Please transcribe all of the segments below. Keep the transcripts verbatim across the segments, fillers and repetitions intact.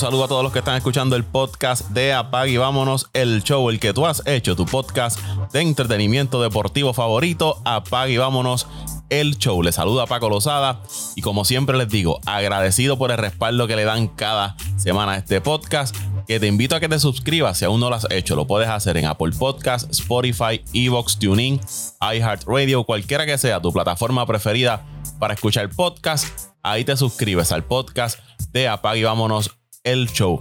saludo a todos los que están escuchando el podcast de Apague y Vámonos, el show, el que tú has hecho, tu podcast de entretenimiento deportivo favorito, Apague y Vámonos, el show. Les saluda Paco Lozada y como siempre les digo, agradecido por el respaldo que le dan cada semana a este podcast, que te invito a que te suscribas si aún no lo has hecho. Lo puedes hacer en Apple Podcasts, Spotify, Evox, TuneIn, iHeartRadio, cualquiera que sea tu plataforma preferida para escuchar podcast. Ahí te suscribes al podcast de Apague y Vámonos, el show.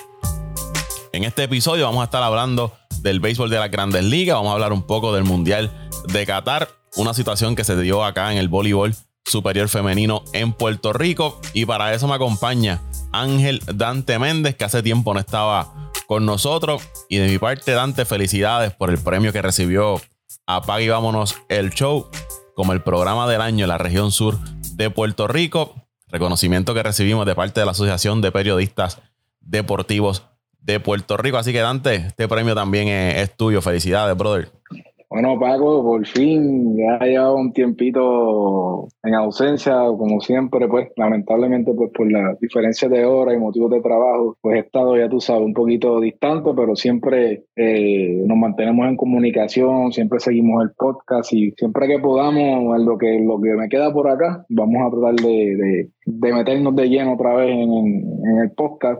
En este episodio vamos a estar hablando del béisbol de las Grandes Ligas. Vamos a hablar un poco del Mundial de Qatar, una situación que se dio acá en el voleibol superior femenino en Puerto Rico. Y para eso me acompaña Ángel Dante Méndez, que hace tiempo no estaba con nosotros. Y de mi parte, Dante, felicidades por el premio que recibió Apague y Vámonos, el show, como el programa del año en la región sur de Puerto Rico. Reconocimiento que recibimos de parte de la Asociación de Periodistas Deportivos de Puerto Rico. Así que, Dante, este premio también es, es tuyo. Felicidades, brother. Bueno, Paco, por fin, ya ha llevado un tiempito en ausencia, como siempre, pues lamentablemente pues por las diferencias de hora y motivos de trabajo, pues he estado, ya tú sabes, un poquito distante, pero siempre eh, nos mantenemos en comunicación, siempre seguimos el podcast y siempre que podamos, en lo que, lo que me queda por acá, vamos a tratar de, de, de meternos de lleno otra vez en, en el podcast,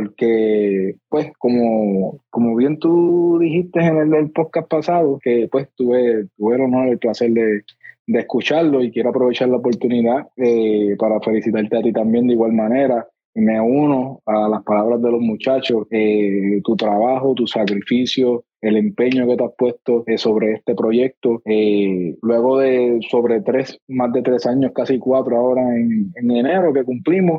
porque pues como, como bien tú dijiste en el, el podcast pasado, que pues tuve, tuve el honor, el placer de, de escucharlo y quiero aprovechar la oportunidad eh, para felicitarte a ti también de igual manera. Me uno a las palabras de los muchachos, eh, tu trabajo, tu sacrificio, el empeño que te has puesto eh, sobre este proyecto. Eh, luego de sobre tres, más de tres años, casi cuatro ahora en, en enero que cumplimos,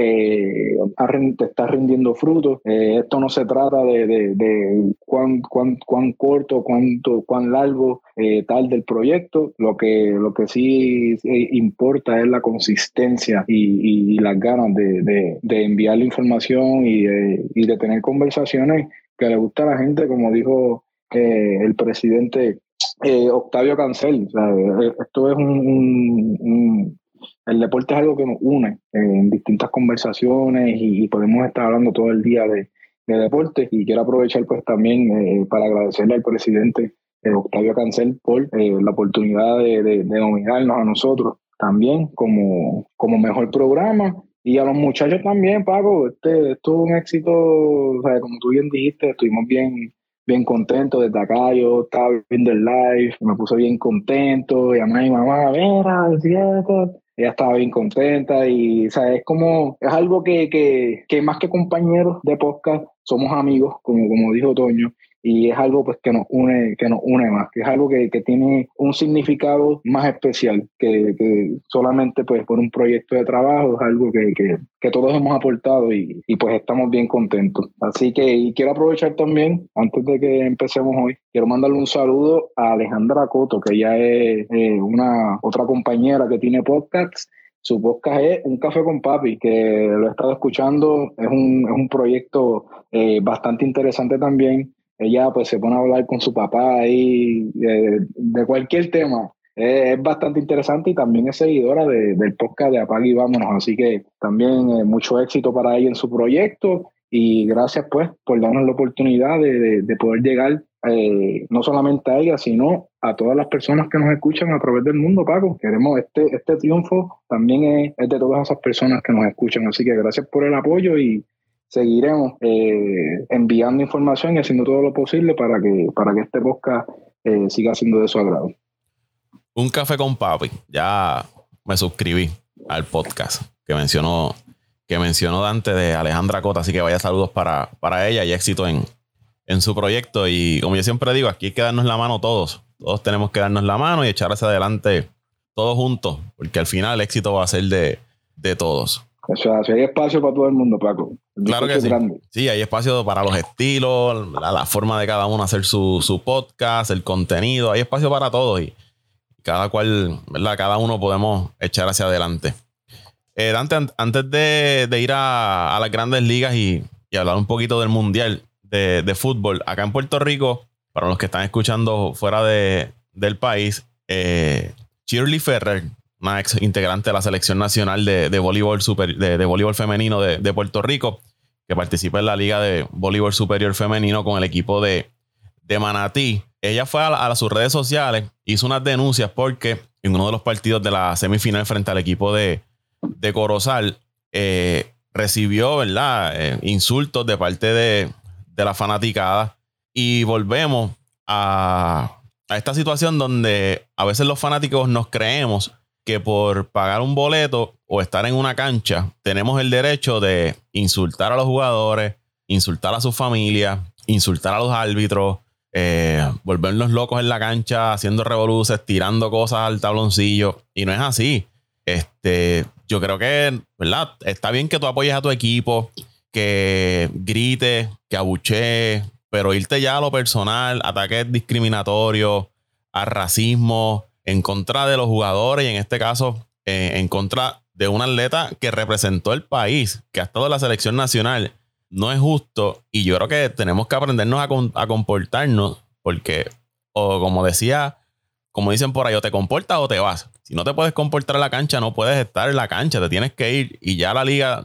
Eh, te está rindiendo frutos. Eh, esto no se trata de, de, de cuán, cuán, cuán corto, cuánto, cuán largo eh, tal del proyecto. Lo que, lo que sí eh, importa es la consistencia y, y las ganas de, de, de enviar la información y de, y de tener conversaciones que le gusta a la gente, como dijo eh, el presidente eh, Octavio Cancel. O sea, esto es un, un, un el deporte es algo que nos une eh, en distintas conversaciones y, y podemos estar hablando todo el día de, de deporte. Y quiero aprovechar pues también eh, para agradecerle al presidente eh, Octavio Cancel por eh, la oportunidad de, de, de nominarnos a nosotros también como, como mejor programa. Y a los muchachos también, Paco, este, esto es un éxito, o sea, como tú bien dijiste, estuvimos bien... bien contento desde acá. Yo estaba viendo el live, me puse bien contento, llamé a mi mamá, mira, es cierto. Ella estaba bien contenta y, o sea, es como, es algo que, que, que más que compañeros de podcast, somos amigos, como, como dijo Toño, y es algo pues que nos une, que nos une más, que es algo que, que tiene un significado más especial que, que solamente pues por un proyecto de trabajo. Es algo que, que, que todos hemos aportado y, y pues estamos bien contentos. Así que y quiero aprovechar también, antes de que empecemos hoy, quiero mandarle un saludo a Alejandra Coto, que ella es eh, una otra compañera que tiene podcasts. Su podcast es Un Café con Papi, que lo he estado escuchando. Es un, es un proyecto eh, bastante interesante también. Ella pues se pone a hablar con su papá ahí de, de cualquier tema. Eh, es bastante interesante y también es seguidora de, del podcast de Apague y Vámonos. Así que también eh, mucho éxito para ella en su proyecto y gracias pues por darnos la oportunidad de, de, de poder llegar eh, no solamente a ella, sino a todas las personas que nos escuchan a través del mundo, Paco. Queremos este, este triunfo también es, es de todas esas personas que nos escuchan. Así que gracias por el apoyo y seguiremos eh, enviando información y haciendo todo lo posible para que, para que este podcast eh, siga siendo de su agrado. Un Café con Papi. Ya me suscribí al podcast que mencionó, que mencionó Dante, de Alejandra Cota. Así que vaya saludos para, para ella y éxito en, en su proyecto. Y como yo siempre digo, aquí hay que darnos la mano todos. Todos tenemos que darnos la mano y echar hacia adelante todos juntos, porque al final el éxito va a ser de, de todos. O sea, si hay espacio para todo el mundo, Paco. El claro que sí. Grande. Sí, hay espacio para los estilos, la, la forma de cada uno hacer su, su podcast, el contenido. Hay espacio para todos y cada cual, ¿verdad? Cada uno podemos echar hacia adelante. Eh, Dante, an- antes de, de ir a, a las Grandes Ligas y, y hablar un poquito del Mundial de, de fútbol, acá en Puerto Rico, para los que están escuchando fuera de, del país, eh, Shirley Ferrer, una ex integrante de la selección nacional de, de voleibol super, de, de voleibol femenino de, de Puerto Rico, que participa en la Liga de Voleibol Superior Femenino con el equipo de, de Manatí. Ella fue a, la, a sus redes sociales, hizo unas denuncias porque en uno de los partidos de la semifinal frente al equipo de, de Corozal eh, recibió, ¿verdad?, eh, insultos de parte de, de la fanaticada. Y volvemos a, a esta situación donde a veces los fanáticos nos creemos que por pagar un boleto o estar en una cancha tenemos el derecho de insultar a los jugadores, insultar a sus familias, insultar a los árbitros, eh, volvernos locos en la cancha, haciendo revoluciones, tirando cosas al tabloncillo. Y no es así. Este, yo creo que, ¿verdad?, está bien que tú apoyes a tu equipo, que grites, que abuchees, pero irte ya a lo personal, ataques discriminatorios, a racismo, en contra de los jugadores y en este caso eh, en contra de un atleta que representó el país, que ha estado en la selección nacional, no es justo. Y yo creo que tenemos que aprendernos a, con, a comportarnos, porque, o como decía, como dicen por ahí, o te comportas o te vas. Si no te puedes comportar en la cancha, no puedes estar en la cancha, te tienes que ir. Y ya la liga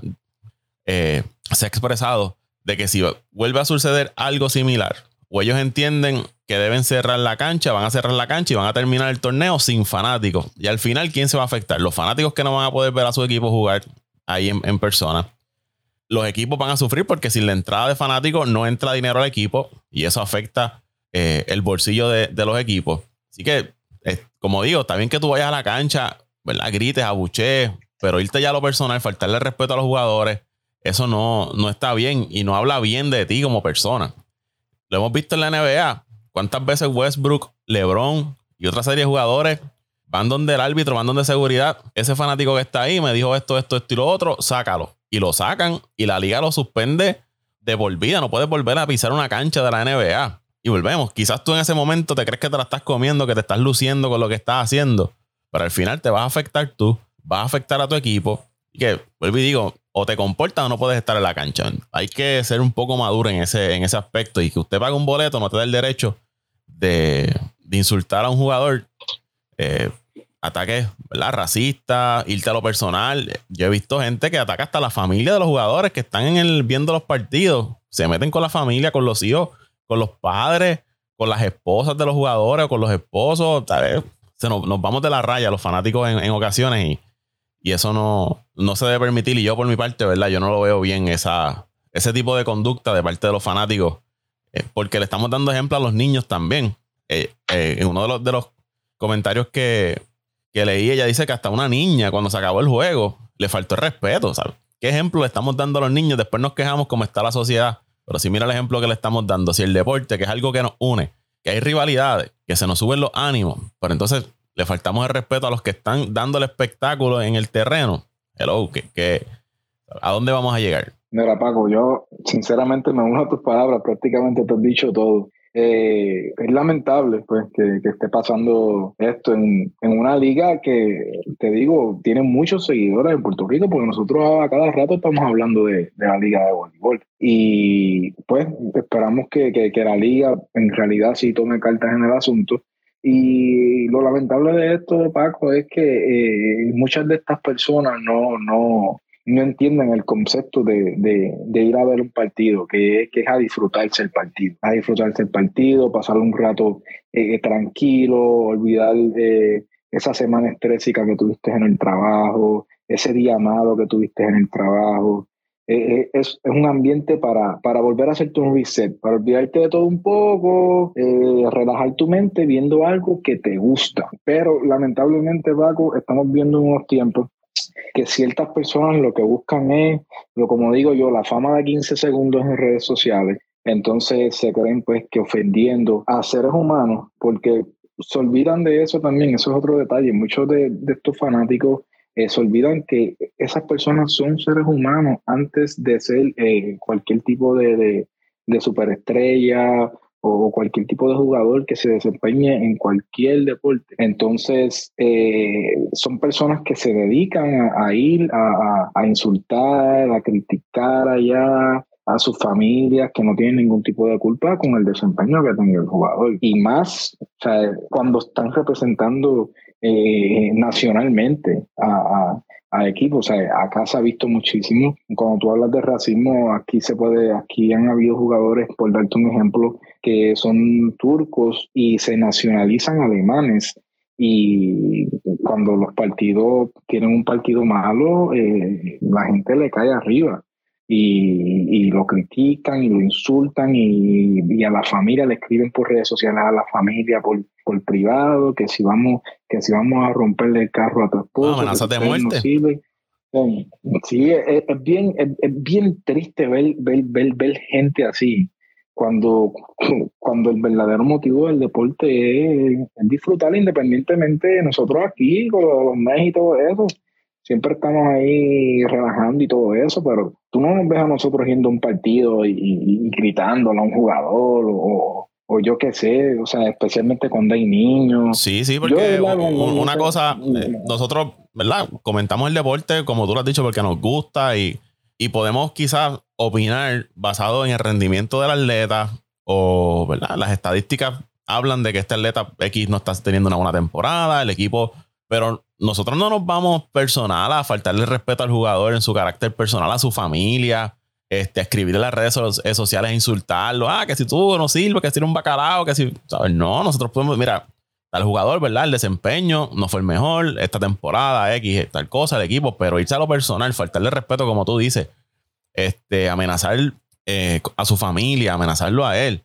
eh, se ha expresado de que si vuelve a suceder algo similar, o ellos entienden que deben cerrar la cancha, van a cerrar la cancha y van a terminar el torneo sin fanáticos. Y al final, ¿quién se va a afectar? Los fanáticos que no van a poder ver a su equipo jugar ahí en, en persona. Los equipos van a sufrir porque sin la entrada de fanáticos no entra dinero al equipo y eso afecta eh, el bolsillo de, de los equipos. Así que, eh, como digo, está bien que tú vayas a la cancha, ¿verdad?, grites, abuchees, pero irte ya a lo personal, faltarle respeto a los jugadores, eso no, no está bien y no habla bien de ti como persona. Lo hemos visto en la N B A. ¿Cuántas veces Westbrook, LeBron y otra serie de jugadores van donde el árbitro, van donde seguridad? Ese fanático que está ahí me dijo esto, esto, esto y lo otro, sácalo. Y lo sacan y la liga lo suspende de por vida. No puedes volver a pisar una cancha de la N B A. Y volvemos. Quizás tú en ese momento te crees que te la estás comiendo, que te estás luciendo con lo que estás haciendo. Pero al final te vas a afectar tú, vas a afectar a tu equipo. Y que, vuelvo y digo, o te comportas o no puedes estar en la cancha. Hay que ser un poco maduro en ese, en ese aspecto. Y que usted pague un boleto no te da el derecho de, de insultar a un jugador. Eh, ataques, ¿verdad?, racistas, irte a lo personal. Yo he visto gente que ataca hasta la familia de los jugadores que están en el, viendo los partidos. Se meten con la familia, con los hijos, con los padres, con las esposas de los jugadores o con los esposos. ¿Sabes? Se nos, nos vamos de la raya los fanáticos en, en ocasiones y Y eso no, no se debe permitir. Y yo, por mi parte, ¿verdad?, yo no lo veo bien, esa, ese tipo de conducta de parte de los fanáticos. Eh, porque le estamos dando ejemplo a los niños también. Eh, eh, en uno de los, de los comentarios que, que leí, ella dice que hasta una niña, cuando se acabó el juego, le faltó el respeto, ¿sabes? ¿Qué ejemplo le estamos dando a los niños? Después nos quejamos cómo está la sociedad. Pero si mira el ejemplo que le estamos dando, si el deporte, que es algo que nos une, que hay rivalidades, que se nos suben los ánimos, pero entonces le faltamos el respeto a los que están dando el espectáculo en el terreno. Hello, que, que, ¿a dónde vamos a llegar? Mira, Paco, yo sinceramente me uno a tus palabras, prácticamente te has dicho todo. Eh, es lamentable pues que, que esté pasando esto en, en una liga que, te digo, tiene muchos seguidores en Puerto Rico, porque nosotros a cada rato estamos hablando de, de la liga de voleibol. Y pues esperamos que, que, que la liga en realidad sí tome cartas en el asunto. Y lo lamentable de esto, Paco, es que eh, muchas de estas personas no, no, no entienden el concepto de, de, de ir a ver un partido, que, que es a disfrutarse el partido, a disfrutarse el partido, pasar un rato eh, tranquilo, olvidar eh, esa semana estrésica que tuviste en el trabajo, ese día malo que tuviste en el trabajo. Eh, es, es un ambiente para, para volver a hacerte un reset, para olvidarte de todo un poco, eh, relajar tu mente viendo algo que te gusta. Pero lamentablemente, Paco, estamos viendo en unos tiempos que ciertas personas lo que buscan es, lo como digo yo, la fama de quince segundos en redes sociales. Entonces se creen pues que ofendiendo a seres humanos, porque se olvidan de eso también. Eso es otro detalle. Muchos de, de estos fanáticos Eh, se olvidan que esas personas son seres humanos antes de ser eh, cualquier tipo de, de, de superestrella o cualquier tipo de jugador que se desempeñe en cualquier deporte. Entonces, eh, son personas que se dedican a, a ir a, a, a insultar, a criticar allá a sus familias que no tienen ningún tipo de culpa con el desempeño que tenga el jugador. Y más, o sea, cuando están representando Eh, nacionalmente a, a, a equipos. O sea, acá se ha visto muchísimo. Cuando tú hablas de racismo, aquí se puede, aquí han habido jugadores, por darte un ejemplo, que son turcos y se nacionalizan alemanes. Y cuando los partidos tienen un partido malo, eh, la gente le cae arriba. Y, y lo critican y lo insultan y, y a la familia le escriben por redes sociales a la familia por, por privado que si vamos que si vamos a romperle el carro a tu esposo, no, amenazas de muerte. No sirve. Sí, es, es bien es, es bien triste ver, ver, ver, ver gente así cuando, cuando el verdadero motivo del deporte es, es disfrutar independientemente de nosotros aquí con los meses y todo eso. Siempre estamos ahí relajando y todo eso, pero tú no nos ves a nosotros yendo a un partido y, y, y gritándole a un jugador o, o yo qué sé, o sea, especialmente cuando hay niños. Sí, sí, porque yo, ¿verdad? Un, una cosa, eh, nosotros, ¿verdad? Comentamos el deporte, como tú lo has dicho, porque nos gusta y, y podemos quizás opinar basado en el rendimiento del atleta o, ¿verdad? Las estadísticas hablan de que este atleta X no está teniendo una buena temporada, el equipo, pero nosotros no nos vamos personal a faltarle respeto al jugador en su carácter personal, a su familia, este, a escribir en las redes sociales e insultarlo. Ah, que si tú no sirves, que si eres un bacalao, que si, ¿sabes? No, nosotros podemos, mira, al jugador, ¿verdad? El desempeño no fue el mejor esta temporada, X, tal cosa, el equipo, pero irse a lo personal, faltarle respeto, como tú dices, este, amenazar eh, a su familia, amenazarlo a él.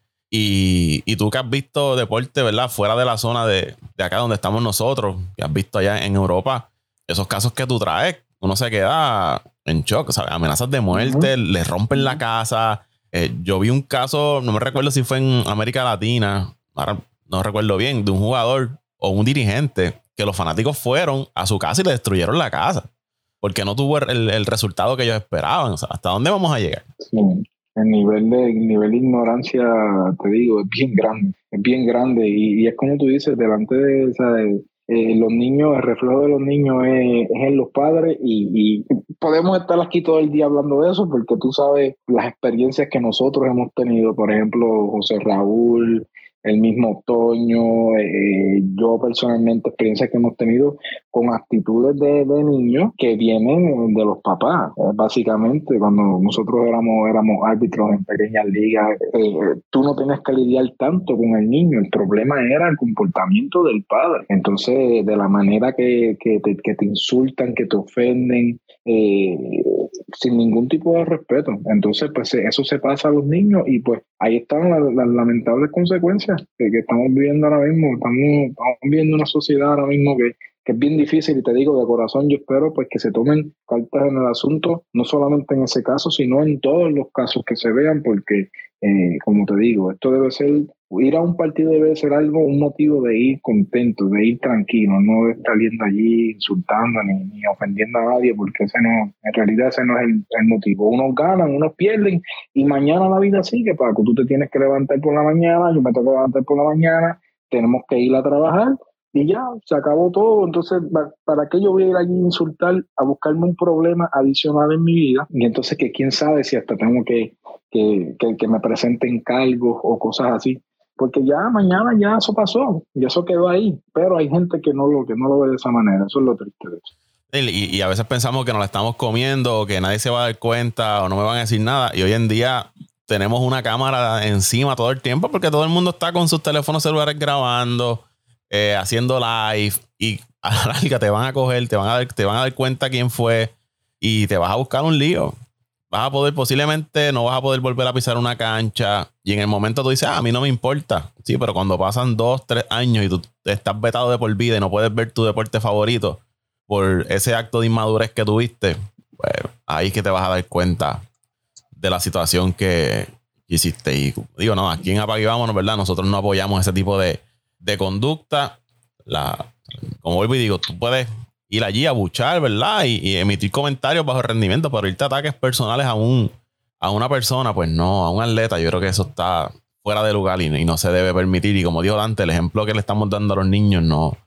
Y, y tú que has visto deporte, ¿verdad? Fuera de la zona de, de acá donde estamos nosotros, que has visto allá en Europa, esos casos que tú traes, uno se queda en shock, ¿sabes? Amenazas de muerte, uh-huh. le rompen la casa. Eh, yo vi un caso, no me recuerdo si fue en América Latina, ahora no recuerdo bien, de un jugador o un dirigente que los fanáticos fueron a su casa y le destruyeron la casa porque no tuvo el, el resultado que ellos esperaban. O sea, ¿hasta dónde vamos a llegar? Sí. El nivel de el nivel de ignorancia, te digo, es bien grande, es bien grande y, y es como tú dices, delante de, o sea, de eh, los niños, el reflejo de los niños es, es en los padres y, y podemos estar aquí todo el día hablando de eso porque tú sabes las experiencias que nosotros hemos tenido, por ejemplo, José Raúl, el mismo Toño, eh, yo personalmente experiencias que hemos tenido con actitudes de, de niños que vienen de los papás. Eh, básicamente, cuando nosotros éramos, éramos árbitros en pequeñas ligas, eh, tú no tenías que lidiar tanto con el niño, el problema era el comportamiento del padre. Entonces, de la manera que, que, te, que te insultan, que te ofenden, eh, sin ningún tipo de respeto. Entonces, pues eso se pasa a los niños y pues ahí están las, las lamentables consecuencias que, que estamos viviendo ahora mismo. Estamos, estamos viviendo una sociedad ahora mismo que, que es bien difícil y te digo de corazón, yo espero pues que se tomen cartas en el asunto, no solamente en ese caso, sino en todos los casos que se vean, porque eh, como te digo, esto debe ser, ir a un partido debe ser algo, un motivo de ir contento, de ir tranquilo, no de estar yendo allí insultando ni, ni ofendiendo a nadie, porque ese no, en realidad ese no es el, el motivo. Unos ganan, unos pierden y mañana la vida sigue, Paco. Tú te tienes que levantar por la mañana, yo me tengo que levantar por la mañana, tenemos que ir a trabajar y ya, se acabó todo. Entonces, ¿para qué yo voy a ir allí a insultar, a buscarme un problema adicional en mi vida? Y entonces que quién sabe si hasta tengo que, que, que, que me presenten cargos o cosas así. Porque ya mañana ya eso pasó, ya eso quedó ahí. Pero hay gente que no lo, que no lo ve de esa manera. Eso es lo triste de eso. Y, y a veces pensamos que nos la estamos comiendo o que nadie se va a dar cuenta o no me van a decir nada. Y hoy en día tenemos una cámara encima todo el tiempo porque todo el mundo está con sus teléfonos celulares grabando, eh, haciendo live y a la larga te van a coger, te van a dar, te van a dar cuenta quién fue y te vas a buscar un lío. Vas a poder, posiblemente no vas a poder volver a pisar una cancha y en el momento tú dices, ah, a mí no me importa. Sí, pero cuando pasan dos, tres años y tú estás vetado de por vida y no puedes ver tu deporte favorito por ese acto de inmadurez que tuviste, pues ahí es que te vas a dar cuenta de la situación que hiciste. Y digo, no, aquí en Apague y Vámonos, ¿verdad? Nosotros no apoyamos ese tipo de, de conducta. La, como vuelvo y digo, tú puedes ir allí a buchar, ¿verdad? Y, y emitir comentarios bajo rendimiento, pero irte ataques personales a un a una persona, pues no, a un atleta, yo creo que eso está fuera de lugar y, y no se debe permitir. Y como dijo Dante, el ejemplo que le estamos dando a los niños no,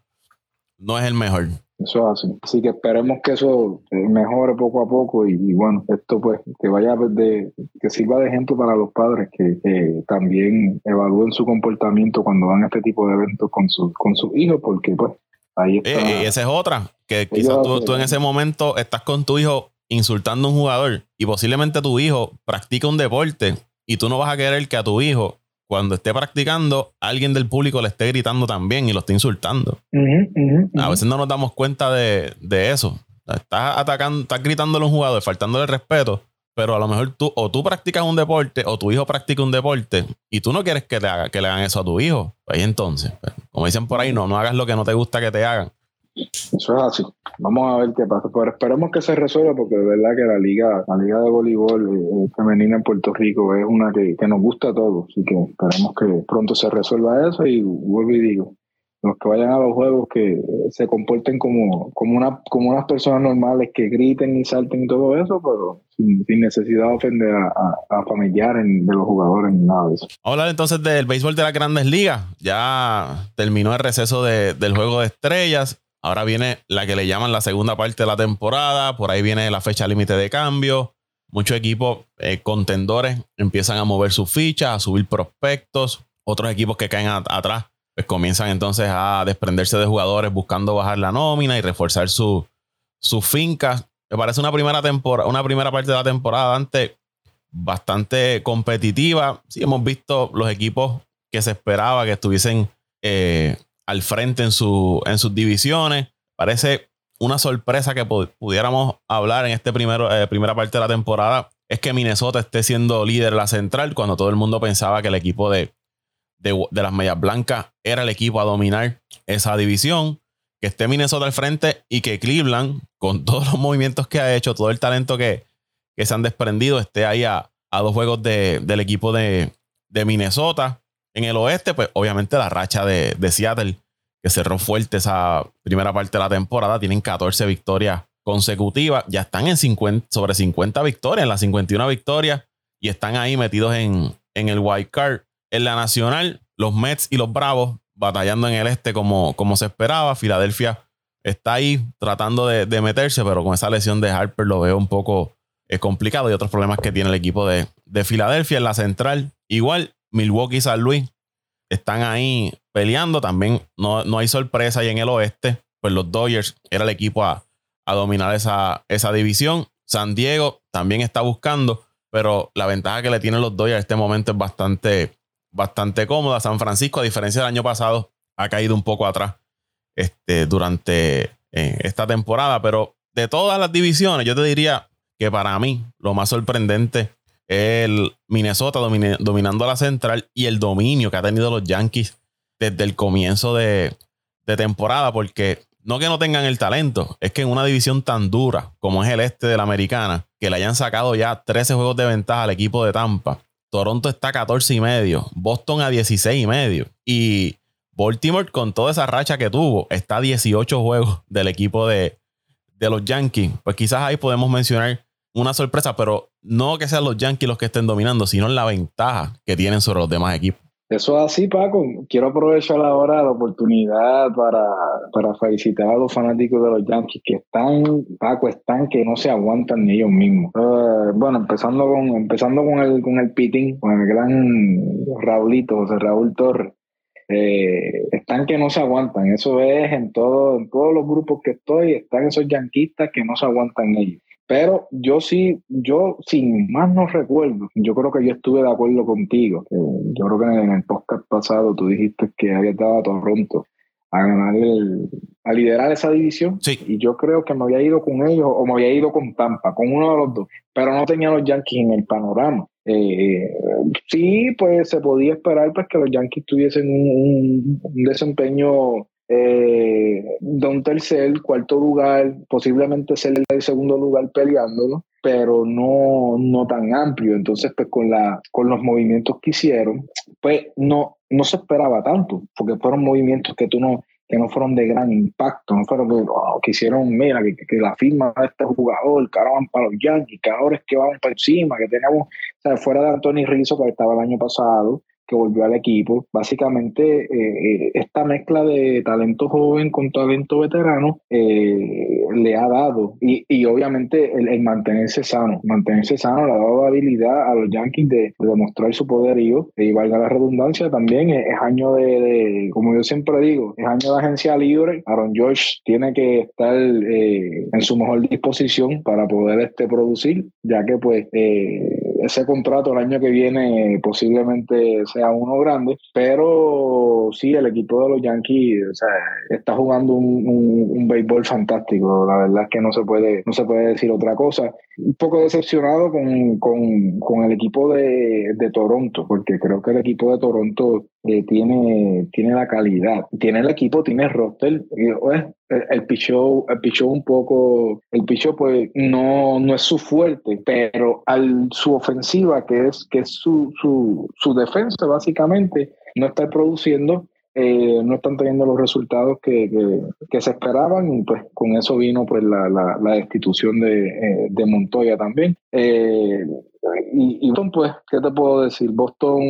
no es el mejor. Eso es así. Así que esperemos que eso mejore poco a poco y, y bueno, esto pues que vaya de, que sirva de ejemplo para los padres que, que también evalúen su comportamiento cuando van a este tipo de eventos con, su, con sus hijos, porque pues Ahí está. Eh, esa es otra, que quizás tú, tú en ese momento estás con tu hijo insultando a un jugador y posiblemente tu hijo practica un deporte y tú no vas a querer que a tu hijo, cuando esté practicando, alguien del público le esté gritando también y lo esté insultando. Uh-huh, uh-huh, uh-huh. A veces no nos damos cuenta de, de eso. Estás atacando, estás gritándole a un jugador, faltándole el respeto, pero a lo mejor tú o tú practicas un deporte o tu hijo practica un deporte y tú no quieres que, te haga, que le hagan eso a tu hijo. Ahí entonces, como dicen por ahí, no, no hagas lo que no te gusta que te hagan. Eso es así. Vamos a ver qué pasa. Pero esperemos que se resuelva, porque de verdad que la liga, la liga de voleibol eh, femenina en Puerto Rico es una que, que nos gusta a todos. Así que esperemos que pronto se resuelva eso. Y vuelvo y digo, los que vayan a los juegos que se comporten como, como, una, como unas personas normales, que griten y salten y todo eso, pero sin, sin necesidad de ofender a, a, a familiares de los jugadores ni nada de eso. Vamos a hablar entonces del béisbol de las Grandes Ligas. Ya terminó el receso de, del Juego de Estrellas. Ahora viene la que le llaman la segunda parte de la temporada. Por ahí viene la fecha límite de cambio. Muchos equipos eh, contendores empiezan a mover sus fichas, a subir prospectos. Otros equipos que caen a, atrás pues comienzan entonces a desprenderse de jugadores buscando bajar la nómina y reforzar sus su fincas. Me parece una primera temporada, una primera parte de la temporada antes bastante competitiva. Sí, hemos visto los equipos que se esperaba que estuviesen eh, al frente en, su, en sus divisiones. Parece una sorpresa que pudiéramos hablar en esta eh, primera parte de la temporada es que Minnesota esté siendo líder en la central, cuando todo el mundo pensaba que el equipo de, de, de las Medias Blancas era el equipo a dominar esa división. Que esté Minnesota al frente y que Cleveland, con todos los movimientos que ha hecho, todo el talento que, que se han desprendido, esté ahí a, a dos juegos de, del equipo de, de Minnesota. En el oeste, pues obviamente la racha de, de Seattle, que cerró fuerte esa primera parte de la temporada. Tienen catorce victorias consecutivas. Ya están en cincuenta, sobre cincuenta victorias, en las cincuenta y una victorias. Y están ahí metidos en, en el wild card. En la nacional, los Mets y los Bravos batallando en el este como, como se esperaba. Filadelfia está ahí tratando de, de meterse, pero con esa lesión de Harper lo veo un poco eh, complicado. Y otros problemas que tiene el equipo de, de Filadelfia. En la central, igual, Milwaukee y San Luis están ahí peleando. También no, no hay sorpresa. Y en el oeste, pues los Dodgers era el equipo a, a dominar esa, esa división. San Diego también está buscando, pero la ventaja que le tienen los Dodgers en este momento es bastante, bastante cómoda. San Francisco, a diferencia del año pasado, ha caído un poco atrás este, durante eh, esta temporada. Pero de todas las divisiones, yo te diría que para mí lo más sorprendente el Minnesota domine, dominando la central y el dominio que ha tenido los Yankees desde el comienzo de, de temporada, porque no que no tengan el talento, es que en una división tan dura como es el este de la americana, que le hayan sacado ya trece juegos de ventaja al equipo de Tampa. Toronto está a catorce y medio, Boston a dieciséis y medio, y Baltimore, con toda esa racha que tuvo, está a dieciocho juegos del equipo de, de los Yankees. Pues quizás ahí podemos mencionar una sorpresa, pero no que sean los Yankees los que estén dominando, sino la ventaja que tienen sobre los demás equipos. Eso es así, Paco. Quiero aprovechar ahora la oportunidad para, para felicitar a los fanáticos de los Yankees que están, Paco, están que no se aguantan ni ellos mismos. Uh, bueno, empezando con empezando con el con el pitín, con el gran Raulito, José Raúl Torres. Eh, están que no se aguantan. Eso es en, todo, en todos los grupos que estoy, están esos yanquistas que no se aguantan ellos. Pero yo sí, yo sin más no recuerdo, yo creo que yo estuve de acuerdo contigo. Eh, yo creo que en el podcast pasado tú dijiste que había dado a Toronto a ganar el, a liderar esa división. Sí. Y yo creo que me había ido con ellos o me había ido con Tampa, con uno de los dos. Pero no tenía los Yankees en el panorama. Eh, sí, pues se podía esperar pues que los Yankees tuviesen un, un, un desempeño eh, de un tercer, cuarto lugar, posiblemente ser el segundo lugar peleándolo, pero no, no tan amplio. Entonces, pues con la con los movimientos que hicieron, pues no, no se esperaba tanto, porque fueron movimientos que tú no que no fueron de gran impacto, no fueron que, oh, que hicieron, mira, que, que la firma de este jugador, que ahora van para los Yankees, que ahora es que van para encima, que tenemos, o sea, fuera de Anthony Rizzo, que estaba el año pasado, que volvió al equipo. Básicamente, eh, esta mezcla de talento joven con talento veterano eh, le ha dado, y, y obviamente el, el mantenerse sano, mantenerse sano le ha dado habilidad a los Yankees de, de demostrar su poderío, y valga la redundancia también, es, es año de, de, como yo siempre digo, es año de agencia libre. Aaron George tiene que estar eh, en su mejor disposición para poder este, producir, ya que pues eh, ese contrato el año que viene posiblemente sea uno grande, pero sí, el equipo de los Yankees, o sea, está jugando un, un, un béisbol fantástico. La verdad es que no se puede, no se puede decir otra cosa. Un poco decepcionado con, con, con el equipo de, de Toronto, porque creo que el equipo de Toronto eh, tiene, tiene la calidad, tiene el equipo, tiene el roster. Y, pues, el, el pichó, el pichó un poco, el pichó pues no, no es su fuerte, pero al su ofensiva, que es, que es su, su, su defensa básicamente, no está produciendo. Eh, no están teniendo los resultados que, que, que se esperaban, y pues con eso vino pues la, la, la destitución de, eh, de Montoya también. Eh, y, y Boston, pues, ¿qué te puedo decir? Boston,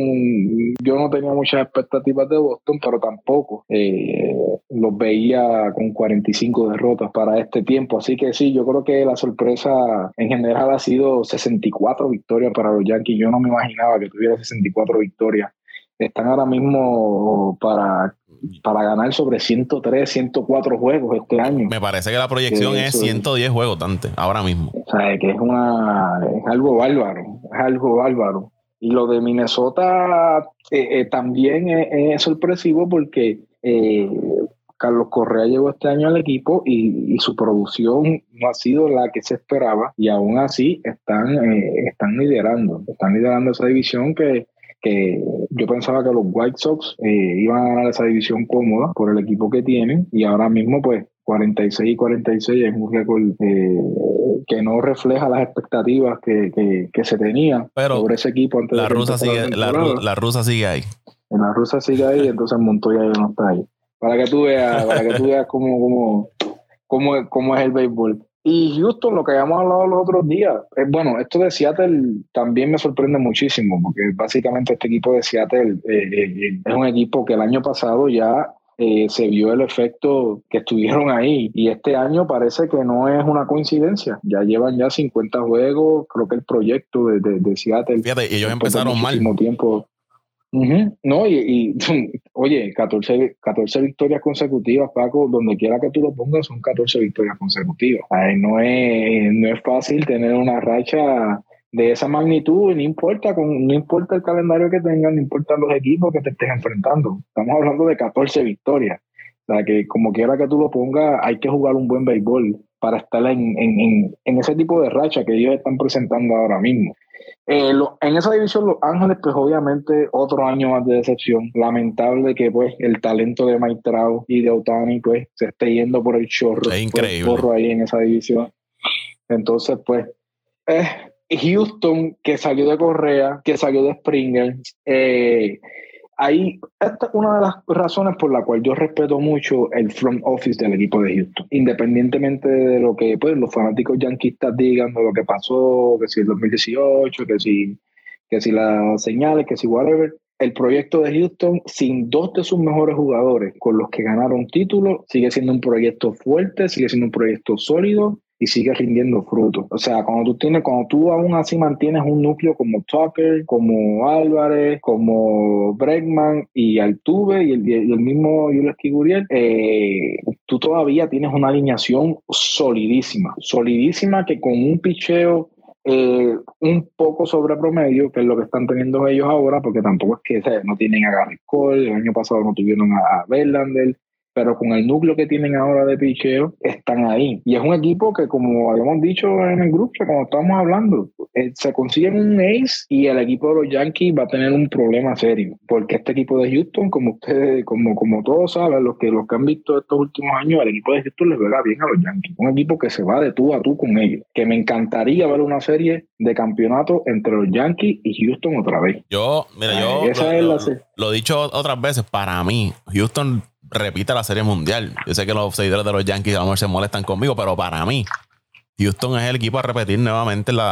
yo no tenía muchas expectativas de Boston, pero tampoco eh, los veía con cuarenta y cinco derrotas para este tiempo, así que sí, yo creo que la sorpresa en general ha sido sesenta y cuatro victorias para los Yankees. Yo no me imaginaba que tuviera sesenta y cuatro victorias. Están ahora mismo para, para ganar sobre ciento tres, ciento cuatro juegos este año. Me parece que la proyección que es ciento diez juegos, Dante, ahora mismo. O sea, que es, una, es algo bárbaro, es algo bárbaro. Y lo de Minnesota eh, eh, también es, es sorpresivo porque eh, Carlos Correa llegó este año al equipo y, y su producción no ha sido la que se esperaba, y aún así están, eh, están liderando, están liderando esa división que que yo pensaba que los White Sox eh, iban a ganar esa división cómoda por el equipo que tienen, y ahora mismo pues cuarenta y seis y cuarenta y seis es un récord eh, que no refleja las expectativas que, que, que se tenía Pero sobre ese equipo antes la de rusa sigue, la, ru, la rusa sigue ahí. La rusa sigue ahí, entonces Montoya ya no está ahí. Para que tú veas, para que tú veas cómo, cómo, cómo, cómo es el béisbol. Y Houston, lo que habíamos hablado los otros días, eh, bueno, esto de Seattle también me sorprende muchísimo, porque básicamente este equipo de Seattle eh, eh, es un equipo que el año pasado ya eh, se vio el efecto que estuvieron ahí, y este año parece que no es una coincidencia. Ya llevan ya cincuenta juegos, creo que el proyecto de, de, de Seattle. Fíjate, ellos empezaron mal. Tiempo. Uh-huh. No, y, y oye, catorce, catorce victorias consecutivas, Paco, donde quiera que tú lo pongas, son catorce victorias consecutivas. Ay, no es, no es fácil tener una racha de esa magnitud, y no importa, con, no importa el calendario que tengan, no importa los equipos que te estés enfrentando. Estamos hablando de catorce victorias. O sea, que como quiera que tú lo pongas, hay que jugar un buen béisbol para estar en, en, en, en ese tipo de racha que ellos están presentando ahora mismo. Eh, lo, en esa división Los Ángeles, pues obviamente otro año más de decepción. Lamentable que pues el talento de Mike Trout y de Ohtani pues se esté yendo por el chorro, es increíble, por el chorro ahí en esa división. Entonces pues eh, Houston, que salió de Correa, que salió de Springer, eh, ahí, esta es una de las razones por la cual yo respeto mucho el front office del equipo de Houston, independientemente de lo que pues, los fanáticos yanquistas digan, de lo que pasó, que si el dos mil dieciocho, que si, que si las señales, que si whatever. El proyecto de Houston, sin dos de sus mejores jugadores con los que ganaron títulos, sigue siendo un proyecto fuerte, sigue siendo un proyecto sólido y sigue rindiendo frutos. O sea, cuando tú tienes, cuando tú aún así mantienes un núcleo como Tucker, como Álvarez, como Bregman y Altuve y el, y el mismo Yulieski Gurriel, eh, tú todavía tienes una alineación solidísima, solidísima que con un picheo Eh, un poco sobre promedio, que es lo que están teniendo ellos ahora, porque tampoco es que o sea, no tienen a Garrett Cole, el año pasado no tuvieron a, a Verlander, pero con el núcleo que tienen ahora de picheo, están ahí. Y es un equipo que, como habíamos dicho en el grupo, cuando estábamos hablando, eh, se consiguen un ace y el equipo de los Yankees va a tener un problema serio, porque este equipo de Houston, como ustedes, como, como todos saben, los que, los que han visto estos últimos años, el equipo de Houston les juega bien a los Yankees. Un equipo que se va de tú a tú con ellos, que me encantaría ver una serie de campeonato entre los Yankees y Houston otra vez. Yo, mira, yo Esa lo, es la lo, lo he dicho otras veces, para mí, Houston repite la Serie Mundial. Yo sé que los seguidores de los Yankees a lo mejor se molestan conmigo, pero para mí Houston es el equipo a repetir nuevamente la,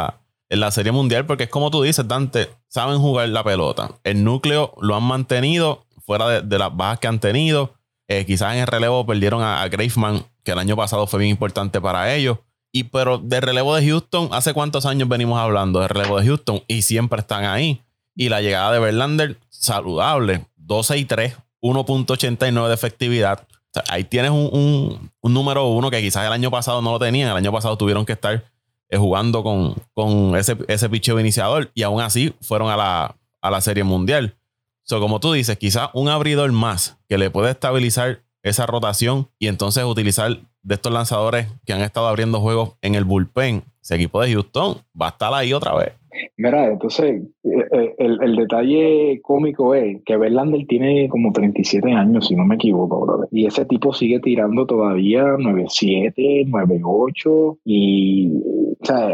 en la Serie Mundial, porque es como tú dices, Dante, saben jugar la pelota. El núcleo lo han mantenido fuera de, de las bajas que han tenido. Eh, quizás en el relevo perdieron a, a Graveman, que el año pasado fue bien importante para ellos. Y pero de relevo de Houston, ¿hace cuántos años venimos hablando de relevo de Houston? Y siempre están ahí. Y la llegada de Verlander, saludable, doce y tres, uno punto ochenta y nueve de efectividad. O sea, ahí tienes un, un, un número uno que quizás el año pasado no lo tenían. El año pasado tuvieron que estar eh, jugando con, con ese, ese picheo iniciador y aún así fueron a la, a la Serie Mundial. So, como tú dices, quizás un abridor más que le puede estabilizar esa rotación y entonces utilizar de estos lanzadores que han estado abriendo juegos en el bullpen. Ese equipo de Houston va a estar ahí otra vez. Mira, entonces el, el, el detalle cómico es que Verlander tiene como treinta y siete años, si no me equivoco, brother. Y ese tipo sigue tirando todavía nueve siete, nueve ocho y, o sea,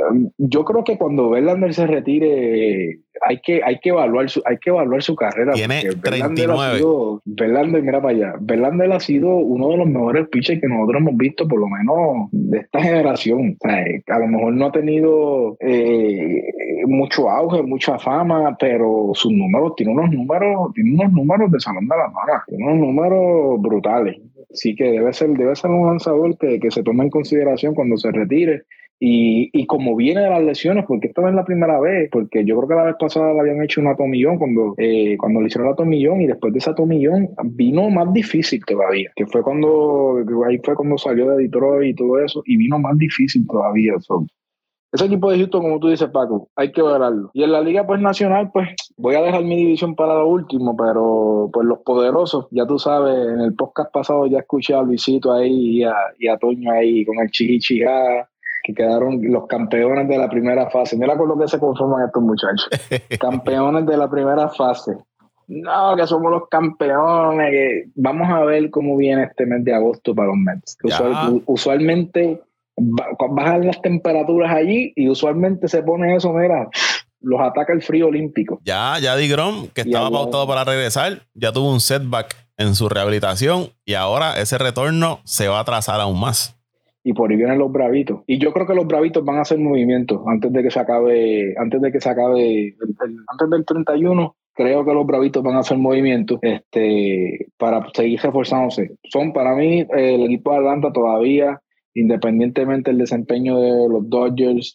yo creo que cuando Verlander se retire hay que, hay que evaluar su, hay que evaluar su carrera. Tiene treinta y nueve. Sido, Verlander, mira para allá. Verlander ha sido uno de los mejores pitchers que nosotros hemos visto, por lo menos de esta generación. O sea, a lo mejor no ha tenido eh, mucho auge, mucha fama, pero sus números, tiene unos números, tiene unos números de salón de la fama, tiene unos números brutales. Así que debe ser, debe ser un lanzador que, que se tome en consideración cuando se retire. Y, y como viene de las lesiones, porque esta no es la primera vez, porque yo creo que la vez pasada le habían hecho una tomillón cuando, eh, cuando le hicieron la tomillón, y después de esa tomillón vino más difícil todavía, que fue cuando ahí fue cuando salió de Detroit y todo eso, y vino más difícil todavía. So, ese equipo de Houston, como tú dices, Paco, hay que verlo. Y en la liga pues nacional, pues voy a dejar mi división para lo último, pero pues los poderosos, ya tú sabes, en el podcast pasado ya escuché a Luisito ahí y a, y a Toño ahí con el chihichijá, que quedaron los campeones de la primera fase. Mira con lo que se conforman estos muchachos. Campeones de la primera fase. No, que somos los campeones. Que vamos a ver cómo viene este mes de agosto para los Mets. Usual, usualmente bajan las temperaturas allí y usualmente se pone eso, mira, los ataca el frío olímpico. Ya, ya DeGrom, que estaba pautado para regresar, ya tuvo un setback en su rehabilitación y ahora ese retorno se va a atrasar aún más. Y por ahí vienen los bravitos. Y yo creo que los bravitos van a hacer movimientos antes de que se acabe, antes de que se acabe, el, el, antes del treinta y uno, creo que los bravitos van a hacer movimientos este, para seguir reforzándose. Son para mí el equipo de Atlanta todavía, independientemente del desempeño de los Dodgers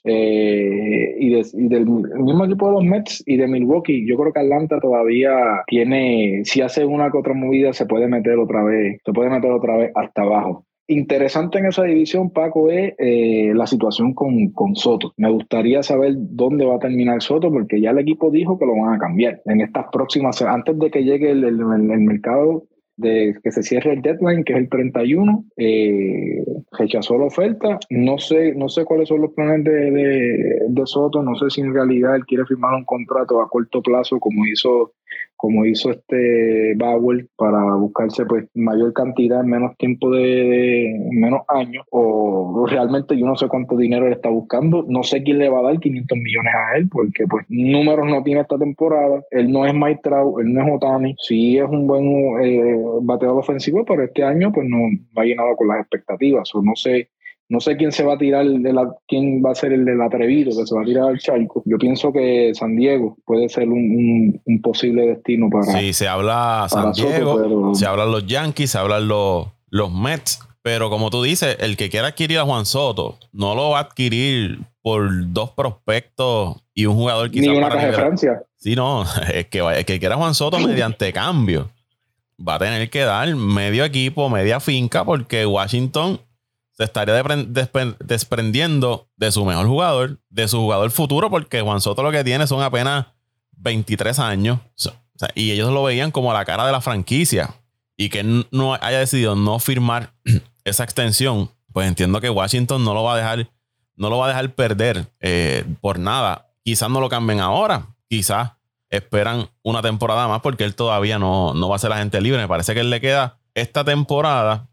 eh, y, de, y del mismo equipo de los Mets y de Milwaukee, yo creo que Atlanta todavía tiene, si hace una que otra movida, se puede meter otra vez, se puede meter otra vez hasta abajo. Interesante en esa división, Paco, es eh, la situación con, con Soto. Me gustaría saber dónde va a terminar Soto, porque ya el equipo dijo que lo van a cambiar en estas próximas, antes de que llegue el, el, el mercado, de que se cierre el deadline, que es el treinta y uno, eh, rechazó la oferta. No sé, no sé cuáles son los planes de, de, de Soto, no sé si en realidad él quiere firmar un contrato a corto plazo como hizo como hizo este Bauer para buscarse pues mayor cantidad en menos tiempo de, de menos años, o realmente yo no sé cuánto dinero le está buscando, no sé quién le va a dar quinientos millones a él, porque pues números no tiene esta temporada, él no es Mike Trout, él no es Ohtani, sí es un buen eh, bateador ofensivo, pero este año pues no va llenado con las expectativas, o no sé No sé quién se va a tirar, de la, quién va a ser el del atrevido que se va a tirar al charco. Yo pienso que San Diego puede ser un, un, un posible destino para. Sí, se habla San Diego, Soto, pero... se hablan los Yankees, se hablan los, los Mets. Pero como tú dices, el que quiera adquirir a Juan Soto no lo va a adquirir por dos prospectos y un jugador quizás. Ni una para caja de Francia. Sí, no, es que el que quiera a Juan Soto mediante cambio va a tener que dar medio equipo, media finca, porque Washington se estaría desprendiendo de su mejor jugador, de su jugador futuro, porque Juan Soto lo que tiene son apenas veintitrés años. O sea, y ellos lo veían como la cara de la franquicia. Y que no haya decidido no firmar esa extensión, pues entiendo que Washington no lo va a dejar, no lo va a dejar perder eh, por nada. Quizás no lo cambien ahora, quizás esperan una temporada más, porque él todavía no, no va a ser agente libre. Me parece que él le queda esta temporada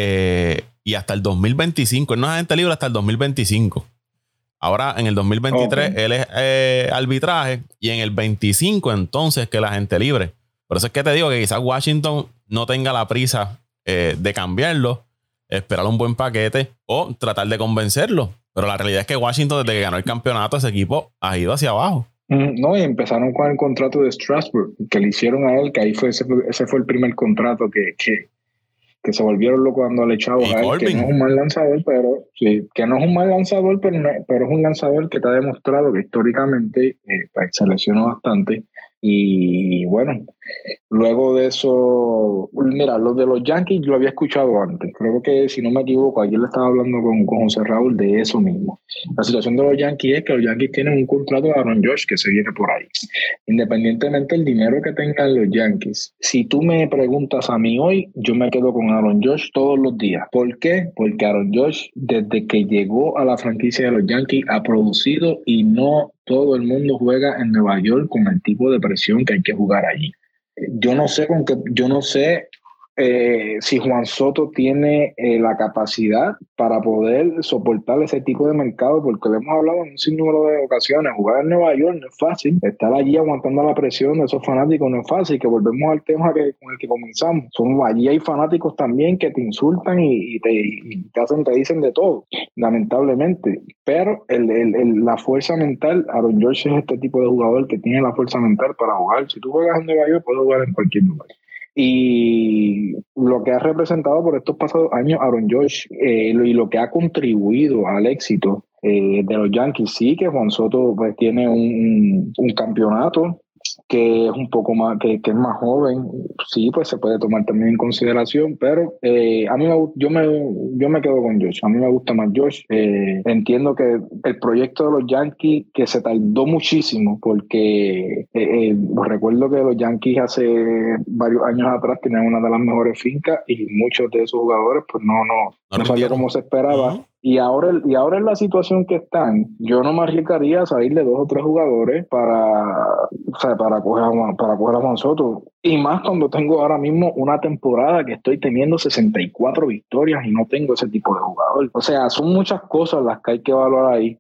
eh, y hasta el dos mil veinticinco. Él no es agente libre hasta el dos mil veinticinco. Ahora en el dos mil veintitrés okay. Él es eh, arbitraje, y en el veinticinco entonces que la agente libre. Por eso es que te digo que quizás Washington no tenga la prisa eh, de cambiarlo. esperar un buen paquete o tratar de convencerlo. Pero la realidad es que Washington, desde que ganó el campeonato, ese equipo ha ido hacia abajo. No, y empezaron con el contrato de Strasburg, que le hicieron a él, que ahí fue ese, ese fue el primer contrato que, que, que se volvieron locos cuando le echaban a él, que no es un mal lanzador, pero sí, que no es un mal lanzador, pero, no, pero es un lanzador que te ha demostrado que históricamente eh, pues, se lesionó bastante. Y bueno, luego de eso, mira, lo de los Yankees lo había escuchado antes. Creo que, si no me equivoco, ayer le estaba hablando con, con José Raúl de eso mismo. La situación de los Yankees es que los Yankees tienen un contrato de Aaron Judge que se viene por ahí. Independientemente del dinero que tengan los Yankees, si tú me preguntas a mí hoy, yo me quedo con Aaron Judge todos los días. ¿Por qué? Porque Aaron Judge, desde que llegó a la franquicia de los Yankees, ha producido y no todo el mundo juega en Nueva York con el tipo de presión que hay que jugar allí. Yo no sé con qué, yo no sé eh, si Juan Soto tiene eh, la capacidad para poder soportar ese tipo de mercado, porque le hemos hablado en un sinnúmero de ocasiones. Jugar en Nueva York no es fácil, estar allí aguantando la presión de esos fanáticos no es fácil, que volvemos al tema que, con el que comenzamos. Son, allí hay fanáticos también que te insultan y, y, te, y te hacen, te dicen de todo, lamentablemente. Pero el, el, el, la fuerza mental, Aaron Judge es este tipo de jugador que tiene la fuerza mental para jugar. Si tú juegas en Nueva York, puedes jugar en cualquier lugar. Y lo que ha representado por estos pasados años Aaron Judge eh, lo, y lo que ha contribuido al éxito eh, de los Yankees, sí que Juan Soto pues tiene un, un campeonato que es un poco más, que, que es más joven, sí, pues se puede tomar también en consideración, pero eh, a mí me, yo, me, yo me quedo con Josh, a mí me gusta más Josh. Eh, entiendo que el proyecto de los Yankees, que se tardó muchísimo, porque eh, eh, recuerdo que los Yankees hace varios años atrás tenían una de las mejores fincas y muchos de esos jugadores pues no, no, no, no salió como se esperaba. Uh-huh. Y ahora, y ahora en la situación que están, yo no me arriesgaría a salirle dos o tres jugadores para, o sea, para coger a, para coger a Juan Soto. Y más cuando tengo ahora mismo una temporada que estoy teniendo sesenta y cuatro victorias y no tengo ese tipo de jugador. O sea, son muchas cosas las que hay que evaluar ahí.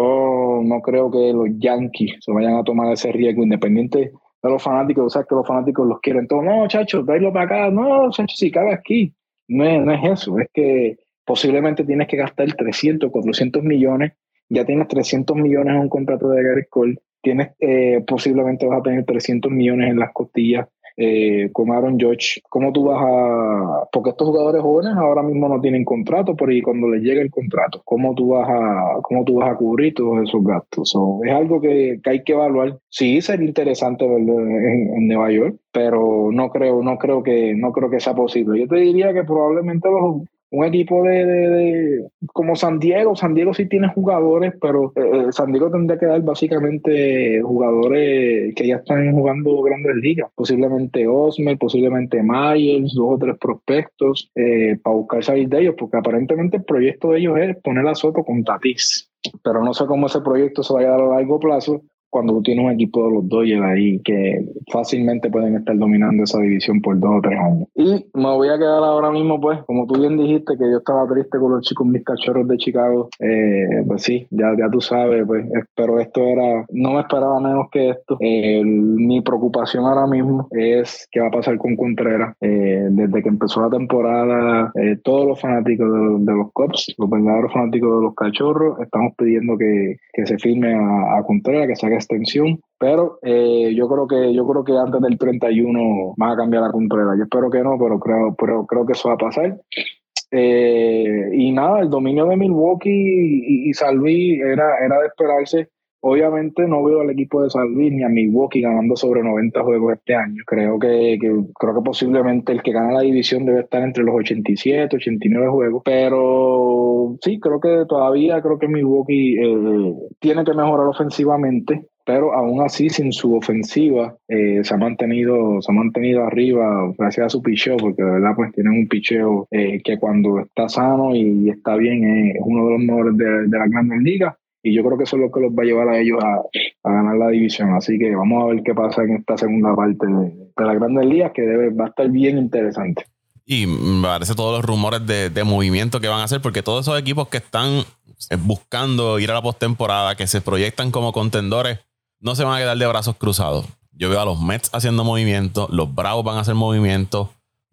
Yo no creo que los Yankees se vayan a tomar ese riesgo, independiente de los fanáticos. O sea, que los fanáticos los quieren todos. No, chacho, tráelo para acá. No, chacho, si cabe aquí. No es, no es eso, es que posiblemente tienes que gastar trescientos, cuatrocientos millones, ya tienes trescientos millones en un contrato de Gerrit Cole, tienes, eh, posiblemente vas a tener trescientos millones en las costillas eh, con Aaron Judge. ¿Cómo tú vas a...? Porque estos jugadores jóvenes ahora mismo no tienen contrato, pero y cuando les llegue el contrato, ¿cómo tú vas a, cómo tú vas a cubrir todos esos gastos? So, es algo que, que hay que evaluar. Sí, sería interesante verlo en, en Nueva York, pero no creo, no creo que, no creo que sea posible. Yo te diría que probablemente los un equipo de, de, de como San Diego, San Diego sí tiene jugadores, pero eh, San Diego tendría que dar básicamente jugadores que ya están jugando grandes ligas, posiblemente Osmer, posiblemente Myers, dos o tres prospectos eh, para buscar salir de ellos, porque aparentemente el proyecto de ellos es poner a Soto con Tatis, pero no sé cómo ese proyecto se vaya a dar a largo plazo cuando tú tienes un equipo de los Dodgers ahí que fácilmente pueden estar dominando esa división por dos o tres años. Y me voy a quedar ahora mismo, pues, como tú bien dijiste, que yo estaba triste con los chicos, mis cachorros de Chicago, eh, pues sí, ya, ya tú sabes, pues, pero esto era, no me esperaba menos que esto. Eh, mi preocupación ahora mismo es qué va a pasar con Contreras. Eh, desde que empezó la temporada, eh, todos los fanáticos de, de los Cubs, los verdaderos fanáticos de los cachorros, estamos pidiendo que, que se firme a, a Contreras, que saque extensión, pero eh, yo creo que yo creo que antes del treinta y uno van a cambiar la Contreras. Yo espero que no, pero creo, pero creo que eso va a pasar. Eh, y nada, el dominio de Milwaukee y, y San Luis era, era de esperarse. Obviamente no veo al equipo de San Luis ni a Milwaukee ganando sobre noventa juegos este año. Creo que, que creo que posiblemente el que gana la división debe estar entre los ochenta y siete, ochenta y nueve juegos. Pero sí, creo que todavía creo que Milwaukee eh, tiene que mejorar ofensivamente. Pero aún así, sin su ofensiva, eh, se ha mantenido se ha mantenido arriba gracias a su picheo, porque de verdad pues tienen un picheo eh, que cuando está sano y está bien eh, es uno de los mejores de, de las grandes ligas. Y yo creo que eso es lo que los va a llevar a ellos a, a ganar la división. Así que vamos a ver qué pasa en esta segunda parte de, de las grandes ligas, que debe, va a estar bien interesante. Y me parece todos los rumores de, de movimiento que van a hacer, porque todos esos equipos que están buscando ir a la postemporada, que se proyectan como contendores, no se van a quedar de brazos cruzados. Yo veo a los Mets haciendo movimientos, los Bravos van a hacer movimientos,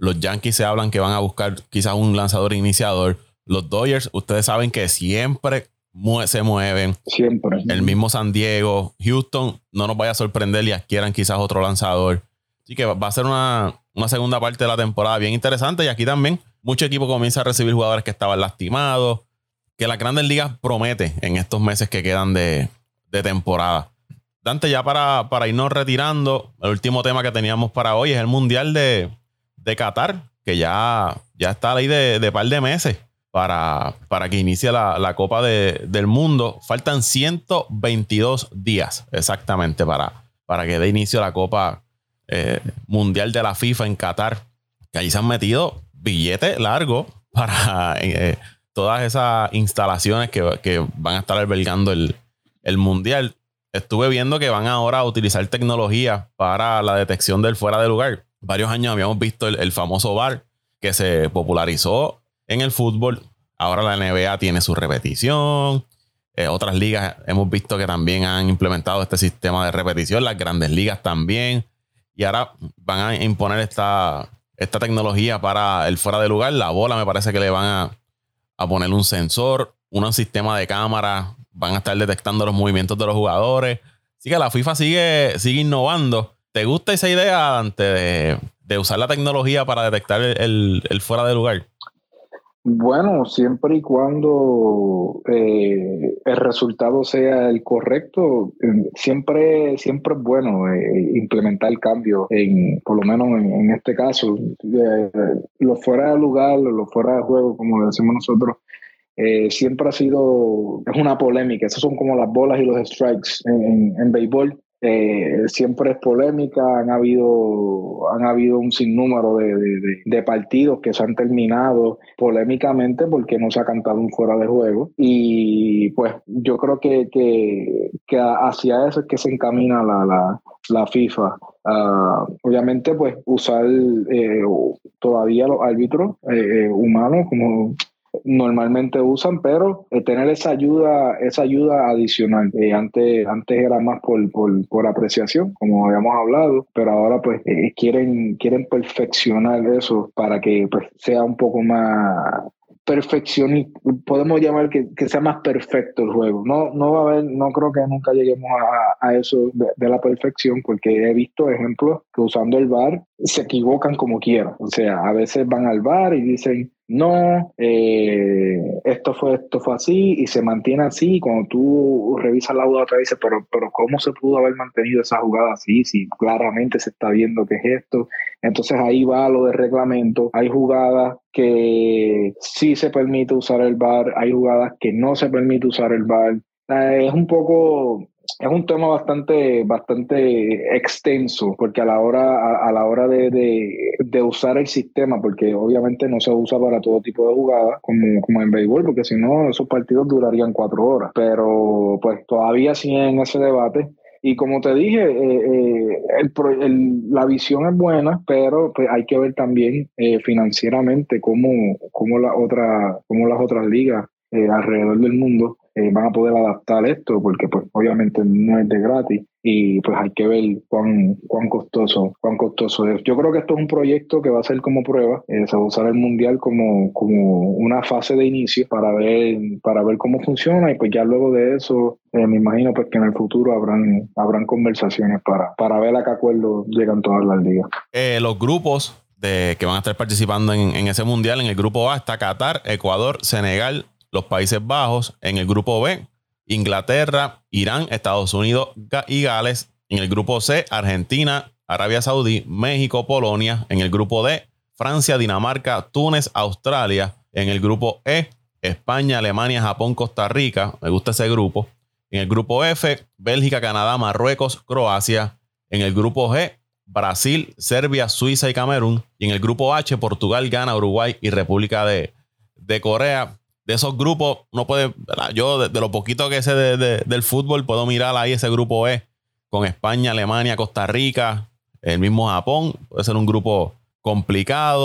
Los Yankees se hablan que van a buscar quizás un lanzador iniciador. Los Dodgers, ustedes saben que siempre mue- se mueven. Siempre. El mismo San Diego, Houston, no nos vaya a sorprender y adquieran quizás otro lanzador. Así que va a ser una, una segunda parte de la temporada bien interesante. Y aquí también mucho equipo comienza a recibir jugadores que estaban lastimados. Que las Grandes Ligas promete en estos meses que quedan de, de temporada. Dante, ya para, para irnos retirando, el último tema que teníamos para hoy es el Mundial de, de Qatar, que ya, ya está ahí de, de par de meses para, para que inicie la, la Copa de, del Mundo. Faltan ciento veintidós días exactamente para, para que dé inicio a la Copa eh, Mundial de la FIFA en Qatar, que allí se han metido billetes largos para... Eh, todas esas instalaciones que, que van a estar albergando el, el Mundial. Estuve viendo que van ahora a utilizar tecnología para la detección del fuera de lugar. Varios años habíamos visto el, el famoso V A R que se popularizó en el fútbol. Ahora la N B A tiene su repetición. Eh, otras ligas hemos visto que también han implementado este sistema de repetición. Las Grandes Ligas también. Y ahora van a imponer esta, esta tecnología para el fuera de lugar. La bola me parece que le van a a poner un sensor, un sistema de cámara, van a estar detectando los movimientos de los jugadores. Así que la FIFA sigue, sigue innovando. ¿Te gusta esa idea, Dante, de, de usar la tecnología para detectar el, el, el fuera de lugar? Bueno, siempre y cuando eh, el resultado sea el correcto, eh, siempre, siempre es bueno eh, implementar cambio, en, por lo menos en, en este caso. Eh, los fuera de lugar, los fuera de juego, como decimos nosotros, eh, siempre ha sido, es una polémica. Esas son como las bolas y los strikes en, en, en béisbol. Eh, siempre es polémica, han habido, han habido un sinnúmero de, de, de partidos que se han terminado polémicamente porque no se ha cantado un fuera de juego, y pues yo creo que, que, que hacia eso es que se encamina la, la, la FIFA. Uh, obviamente pues usar eh, todavía los árbitros eh, humanos como normalmente usan, pero eh, tener esa ayuda, esa ayuda adicional. Eh, antes, antes era más por, por, por apreciación, como habíamos hablado, pero ahora pues eh, quieren, quieren perfeccionar eso para que pues, sea un poco más perfección, y podemos llamar que, que sea más perfecto el juego. No, no va a haber, no creo que nunca lleguemos a, a eso de, de la perfección, porque he visto ejemplos que usando el V A R se equivocan como quieran. O sea, a veces van al V A R y dicen no, eh, esto fue esto fue así, y se mantiene así. Cuando tú revisas la jugada, te dices, pero, pero ¿cómo se pudo haber mantenido esa jugada así? Si claramente se está viendo que es esto. Entonces ahí va lo de reglamento. Hay jugadas que sí se permite usar el V A R, hay jugadas que no se permite usar el V A R. Eh, es un poco... Es un tema bastante, bastante extenso, porque a la hora, a, a la hora de, de, de usar el sistema, porque obviamente no se usa para todo tipo de jugadas, como, como en béisbol, porque si no, esos partidos durarían cuatro horas. Pero pues todavía siguen en ese debate. Y como te dije, eh, eh, el, el, la visión es buena, pero pues, hay que ver también eh, financieramente cómo, cómo, la otra, cómo las otras ligas eh, alrededor del mundo eh, van a poder adaptar esto, porque pues obviamente no es de gratis, y pues hay que ver cuán, cuán costoso cuán costoso es. Yo creo que esto es un proyecto que va a ser como prueba. Eh, se va a usar el Mundial como, como una fase de inicio para ver, para ver cómo funciona, y pues ya luego de eso eh, me imagino pues que en el futuro habrán, habrán conversaciones para, para ver a qué acuerdo llegan todas las ligas. Eh, los grupos de, que van a estar participando en, en ese Mundial, en el grupo A está Qatar, Ecuador, Senegal, los Países Bajos. En el grupo B, Inglaterra, Irán, Estados Unidos y Gales. En el grupo C, Argentina, Arabia Saudí, México, Polonia. En el grupo D, Francia, Dinamarca, Túnez, Australia. En el grupo E, España, Alemania, Japón, Costa Rica. Me gusta ese grupo. En el grupo F, Bélgica, Canadá, Marruecos, Croacia. En el grupo G, Brasil, Serbia, Suiza y Camerún. Y en el grupo H, Portugal, Ghana, Uruguay y República de, de Corea. De esos grupos, no puede, ¿verdad? Yo de, de lo poquito que sé de, de, del fútbol, puedo mirar ahí ese grupo E con España, Alemania, Costa Rica, el mismo Japón. Puede ser un grupo complicado.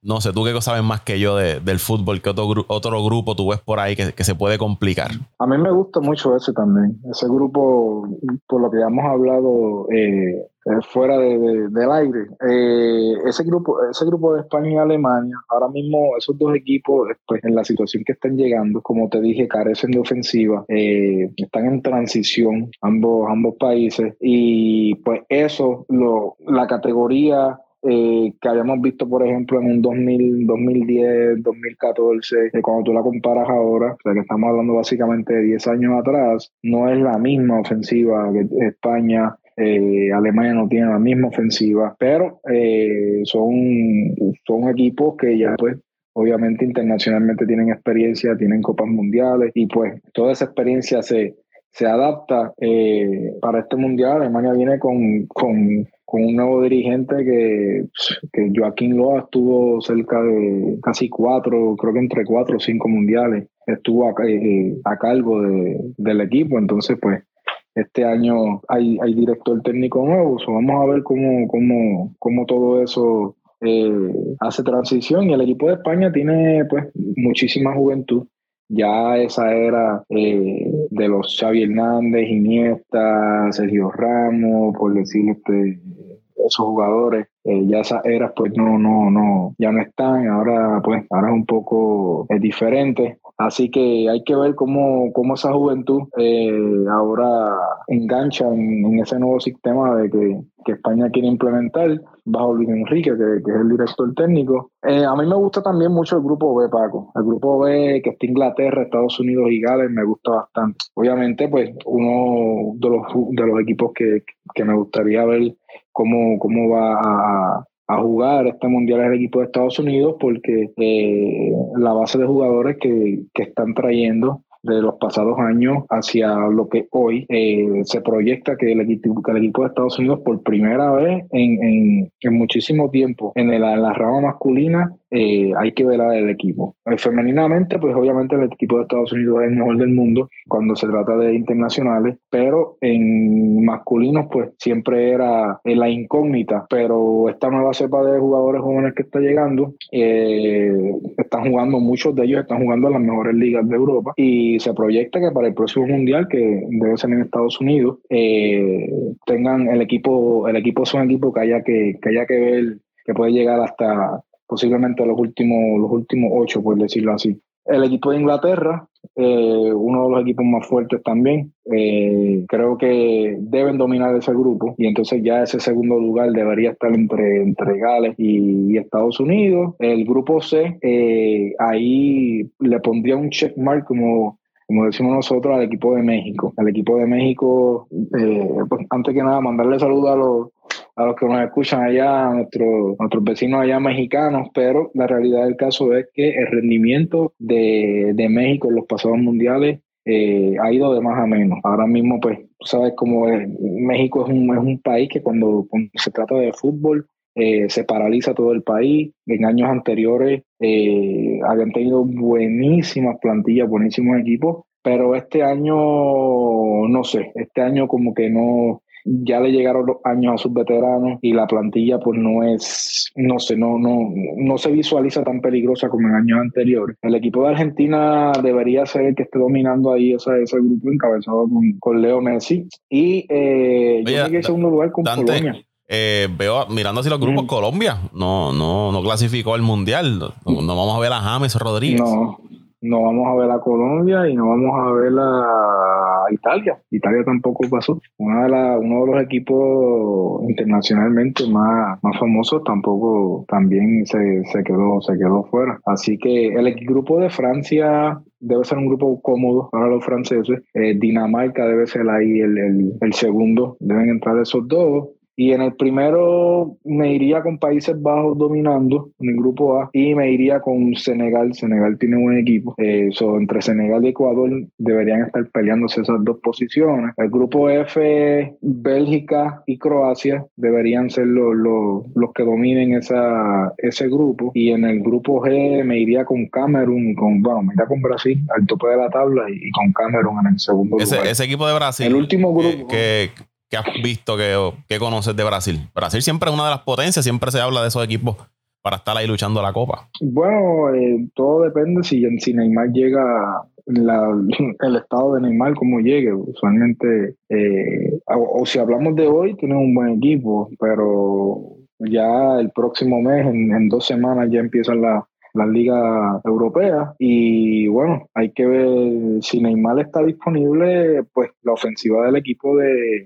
no sé, tú qué sabes más que yo de, del fútbol, ¿qué otro, gru- otro grupo tú ves por ahí que, que se puede complicar? A mí me gusta mucho ese también. Ese grupo, por lo que ya hemos hablado eh, eh, fuera de, de- del aire. Eh, ese grupo, ese grupo de España y Alemania, ahora mismo esos dos equipos, pues en la situación que están llegando, como te dije, carecen de ofensiva, eh, están en transición ambos, ambos países y pues eso, lo, la categoría eh, que habíamos visto, por ejemplo, en un dos mil, dos mil diez, dos mil catorce, eh, cuando tú la comparas ahora, o sea que estamos hablando básicamente de diez años atrás, no es la misma ofensiva que España. Eh, Alemania no tiene la misma ofensiva, pero eh, son, son equipos que ya pues obviamente internacionalmente tienen experiencia, tienen copas mundiales y pues toda esa experiencia se, se adapta eh, para este mundial. Alemania viene con, con, con un nuevo dirigente que, que Joaquín Loa estuvo cerca de casi cuatro, creo que entre cuatro o cinco mundiales estuvo a, eh, a cargo de, del equipo, entonces pues este año hay, hay director técnico nuevo, so vamos a ver cómo, cómo, cómo todo eso eh, hace transición. Y el equipo de España tiene pues muchísima juventud. Ya esa era eh, de los Xavi Hernández, Iniesta, Sergio Ramos, por decir este, esos jugadores, eh, ya esas eras pues no, no, no, ya no están. Ahora pues ahora es un poco es diferente. Así que hay que ver cómo, cómo esa juventud eh, ahora engancha en, en ese nuevo sistema de que, que España quiere implementar bajo Luis Enrique, que, que es el director técnico. Eh, a mí me gusta también mucho el grupo B, Paco. El grupo B, que está Inglaterra, Estados Unidos y Gales, me gusta bastante. Obviamente, pues uno de los, de los equipos que, que me gustaría ver cómo, cómo va a... a jugar este mundial es el equipo de Estados Unidos, porque eh, la base de jugadores que, que están trayendo de los pasados años hacia lo que hoy eh, se proyecta que el, equipo, que el equipo de Estados Unidos por primera vez en, en, en muchísimo tiempo en, el, en la rama masculina eh, hay que ver al equipo. Eh, femeninamente, pues obviamente el equipo de Estados Unidos es el mejor del mundo cuando se trata de internacionales, pero en masculinos pues siempre era en la incógnita, pero esta nueva cepa de jugadores jóvenes que está llegando, eh, están jugando, muchos de ellos están jugando en las mejores ligas de Europa y se proyecta que para el próximo mundial, que debe ser en Estados Unidos, eh, tengan el equipo, el equipo es un equipo que haya que, que haya que ver, que puede llegar hasta posiblemente los últimos, los últimos ocho, por decirlo así. El equipo de Inglaterra, eh, uno de los equipos más fuertes también, eh, creo que deben dominar ese grupo y entonces ya ese segundo lugar debería estar entre, entre Gales y, y Estados Unidos. El grupo C, eh, ahí le pondría un check mark como como decimos nosotros, al equipo de México. Al equipo de México, eh, pues antes que nada, mandarle saludos a los, a los que nos escuchan allá, a nuestros, nuestros vecinos allá mexicanos, pero la realidad del caso es que el rendimiento de, de México en los pasados mundiales eh, ha ido de más a menos. Ahora mismo, pues, tú sabes cómo es, México es un, es un país que cuando, cuando se trata de fútbol, Eh, se paraliza todo el país. En años anteriores eh, habían tenido buenísimas plantillas, buenísimos equipos, pero este año, no sé, este año como que no, ya le llegaron los años a sus veteranos y la plantilla pues no es, no sé, no, no, no se visualiza tan peligrosa como en años anteriores. El equipo de Argentina debería ser el que esté dominando ahí ese, ese grupo encabezado con, con Leo Messi y eh, Oye, yo me quedé en segundo lugar con Dante, Polonia. Eh, veo, mirando así los grupos, mm. Colombia no, no, no clasificó al mundial. No, no vamos a ver a James Rodríguez. No, no vamos a ver a Colombia y no vamos a ver a Italia. Italia tampoco pasó. Una de la, uno de los equipos internacionalmente más, más famosos tampoco también se, se quedó, se quedó fuera. Así que el grupo de Francia debe ser un grupo cómodo para los franceses. Eh, Dinamarca debe ser ahí el, el, el segundo. Deben entrar esos dos. Y en el primero me iría con Países Bajos dominando en el grupo A y me iría con Senegal. Senegal tiene buen equipo. Eh, so, entre Senegal y Ecuador deberían estar peleándose esas dos posiciones. El grupo F, Bélgica y Croacia deberían ser los, los, los que dominen esa, ese grupo. Y en el grupo G me iría con Camerún, con, bueno, me iría con Brasil al tope de la tabla y, y con Camerún en el segundo ese, lugar. Ese equipo de Brasil. El último grupo. Que, que, ¿Qué has visto, que, que conoces de Brasil? Brasil siempre es una de las potencias, siempre se habla de esos equipos para estar ahí luchando la Copa? Bueno, eh, todo depende si, si Neymar llega, la, el estado de Neymar como llegue. Usualmente, eh, o, o si hablamos de hoy, tienen un buen equipo, pero ya el próximo mes, en, en dos semanas, ya empiezan la las ligas europeas y bueno, hay que ver si Neymar está disponible. Pues la ofensiva del equipo de,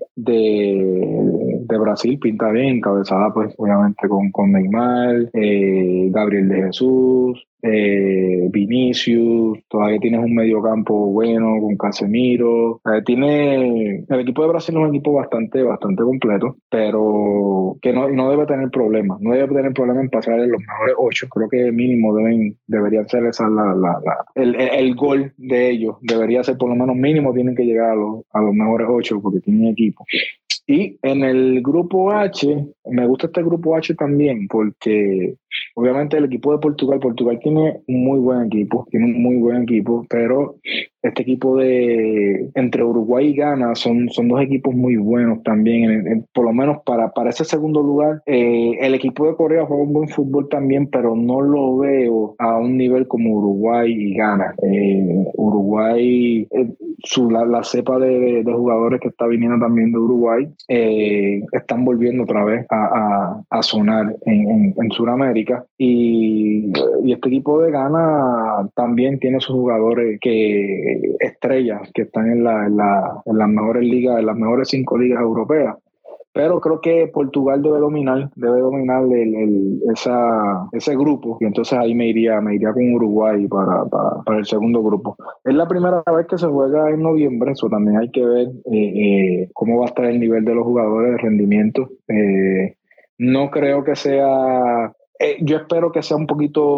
de, de Brasil pinta bien, encabezada pues obviamente con, con Neymar, eh, Gabriel de Jesús, eh, Vinicius, todavía tienes un mediocampo bueno con Casemiro. Eh, tiene el equipo de Brasil es un equipo bastante bastante completo, pero que no, no debe tener problemas, no debe tener problemas en pasar en los mejores ocho. Creo que mínimo deben deberían ser esa la, la, la el, el, el gol de ellos debería ser por lo menos mínimo, tienen que llegar a los, a los mejores ocho porque tienen equipo. Y en el grupo H, me gusta este grupo H también porque obviamente el equipo de Portugal, Portugal tiene un muy buen equipo, tiene un muy buen equipo, pero este equipo de entre Uruguay y Ghana son, son dos equipos muy buenos también, en, en, por lo menos para, para ese segundo lugar. Eh, el equipo de Corea juega un buen fútbol también, pero no lo veo a un nivel como Uruguay y Ghana. Eh, Uruguay, eh, su, la, la cepa de, de jugadores que está viniendo también de Uruguay, eh, están volviendo otra vez a, a, a sonar en, en, en Sudamérica, y, y este equipo de Ghana también tiene sus jugadores que estrellas que están en, la, en, la, en las mejores ligas, en las mejores cinco ligas europeas. Pero creo que Portugal debe dominar, debe dominar el, el, esa, ese grupo, y entonces ahí me iría, me iría con Uruguay para, para, para el segundo grupo. Es la primera vez que se juega en noviembre, eso también hay que ver eh, eh, cómo va a estar el nivel de los jugadores, de rendimiento. Eh, no creo que sea... Eh, yo espero que sea un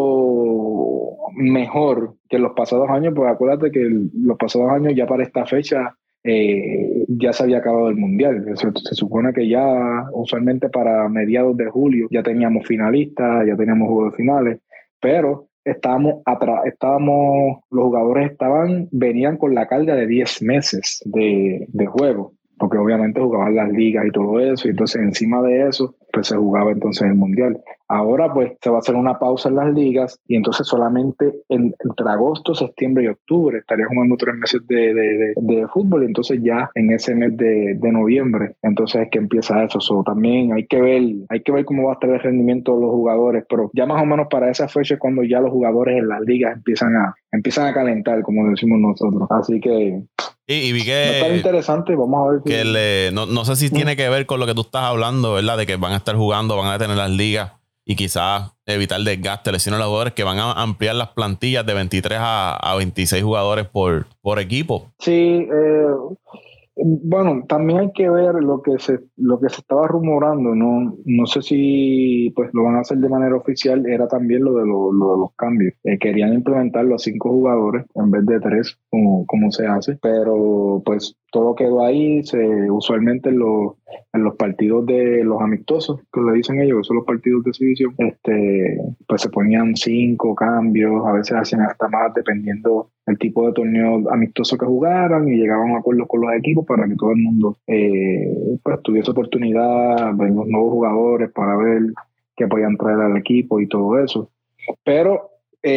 poquito mejor que los pasados años, porque acuérdate que el, los pasados años ya para esta fecha eh, ya se había acabado el Mundial. Se, se supone que ya usualmente para mediados de julio ya teníamos finalistas, ya teníamos juegos de finales, pero estábamos atrás, estábamos, los jugadores estaban, venían con la carga de diez meses de, de juego, porque obviamente jugaban las ligas y todo eso, y entonces encima de eso pues se jugaba entonces el Mundial. Ahora pues se va a hacer una pausa en las ligas, y entonces solamente en, entre agosto, septiembre y octubre estaría jugando tres meses de, de, de, de fútbol, y entonces ya en ese mes de, de noviembre entonces es que empieza eso. So, también hay que ver hay que ver cómo va a estar el rendimiento de los jugadores, pero ya más o menos para esa fecha es cuando ya los jugadores en las ligas empiezan a, empiezan a calentar, como decimos nosotros. Así que Y, y vi que, está interesante, vamos a ver. Que si... le, no, no sé si ¿Mm? tiene que ver con lo que tú estás hablando, ¿verdad? De que van a estar jugando, van a tener las ligas y quizás evitar desgaste, lesiones a los jugadores, que van a ampliar las plantillas de veintitrés a, a veintiséis jugadores por, por equipo. Sí, eh, bueno, también hay que ver lo que se lo que se estaba rumorando, no no sé si pues lo van a hacer de manera oficial, era también lo de, lo, lo de los cambios. Eh, querían implementar los cinco jugadores en vez de tres, como, como se hace, pero pues todo quedó ahí. Se, usualmente en los, en los partidos de los amistosos, que le dicen ellos, que son los partidos de exhibición, este, pues se ponían cinco cambios, a veces hacían hasta más dependiendo el tipo de torneo amistoso que jugaran, y llegaban a acuerdos con los equipos para que todo el mundo eh, pues tuviese oportunidad, ver los nuevos jugadores para ver qué podían traer al equipo y todo eso. Pero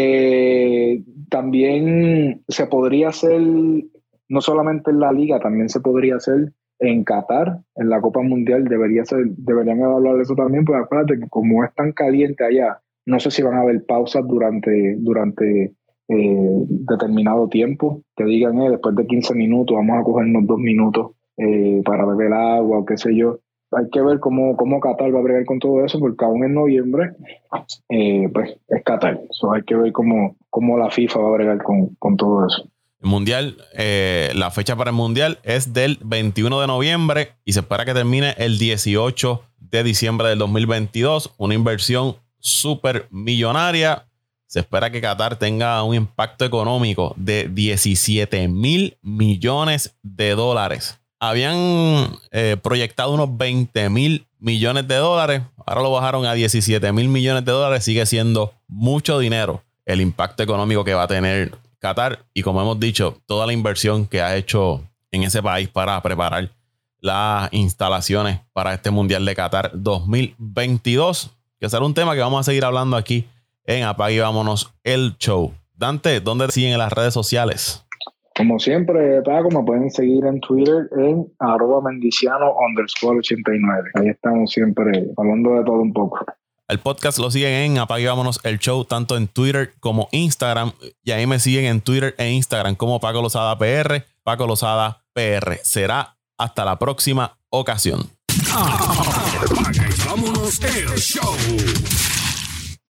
eh, también se podría hacer, no solamente en la liga, también se podría hacer en Qatar, en la Copa Mundial. Debería ser, deberían evaluar eso también, porque acuérdate que como es tan caliente allá, no sé si van a haber pausas durante durante Eh, determinado tiempo, que digan eh, después de quince minutos vamos a cogernos dos minutos eh, para beber agua o qué sé yo. Hay que ver cómo, cómo Qatar va a bregar con todo eso, porque aún en noviembre eh, pues es Qatar. So, hay que ver cómo, cómo la FIFA va a bregar con, con todo eso. El Mundial, eh, la fecha para el Mundial es del veintiuno de noviembre y se espera que termine el dieciocho de diciembre del dos mil veintidós. Una inversión súper millonaria. Se espera que Qatar tenga un impacto económico de diecisiete mil millones de dólares. Habían eh, proyectado unos veinte mil millones de dólares. Ahora lo bajaron a diecisiete mil millones de dólares. Sigue siendo mucho dinero el impacto económico que va a tener Qatar. Y como hemos dicho, toda la inversión que ha hecho en ese país para preparar las instalaciones para este Mundial de Qatar dos mil veintidós. que será un tema que vamos a seguir hablando aquí en Apague y Vámonos el Show. Dante, ¿dónde te siguen en las redes sociales? Como siempre, Paco, me pueden seguir en Twitter en arroba mendiciano underscore ochenta y nueve. Ahí estamos siempre hablando de todo un poco. El podcast lo siguen en Apague y Vámonos el Show, tanto en Twitter como Instagram. Y ahí me siguen en Twitter e Instagram como Paco Lozada P R, Paco Lozada P R. Será hasta la próxima ocasión. Apague y Vámonos el Show.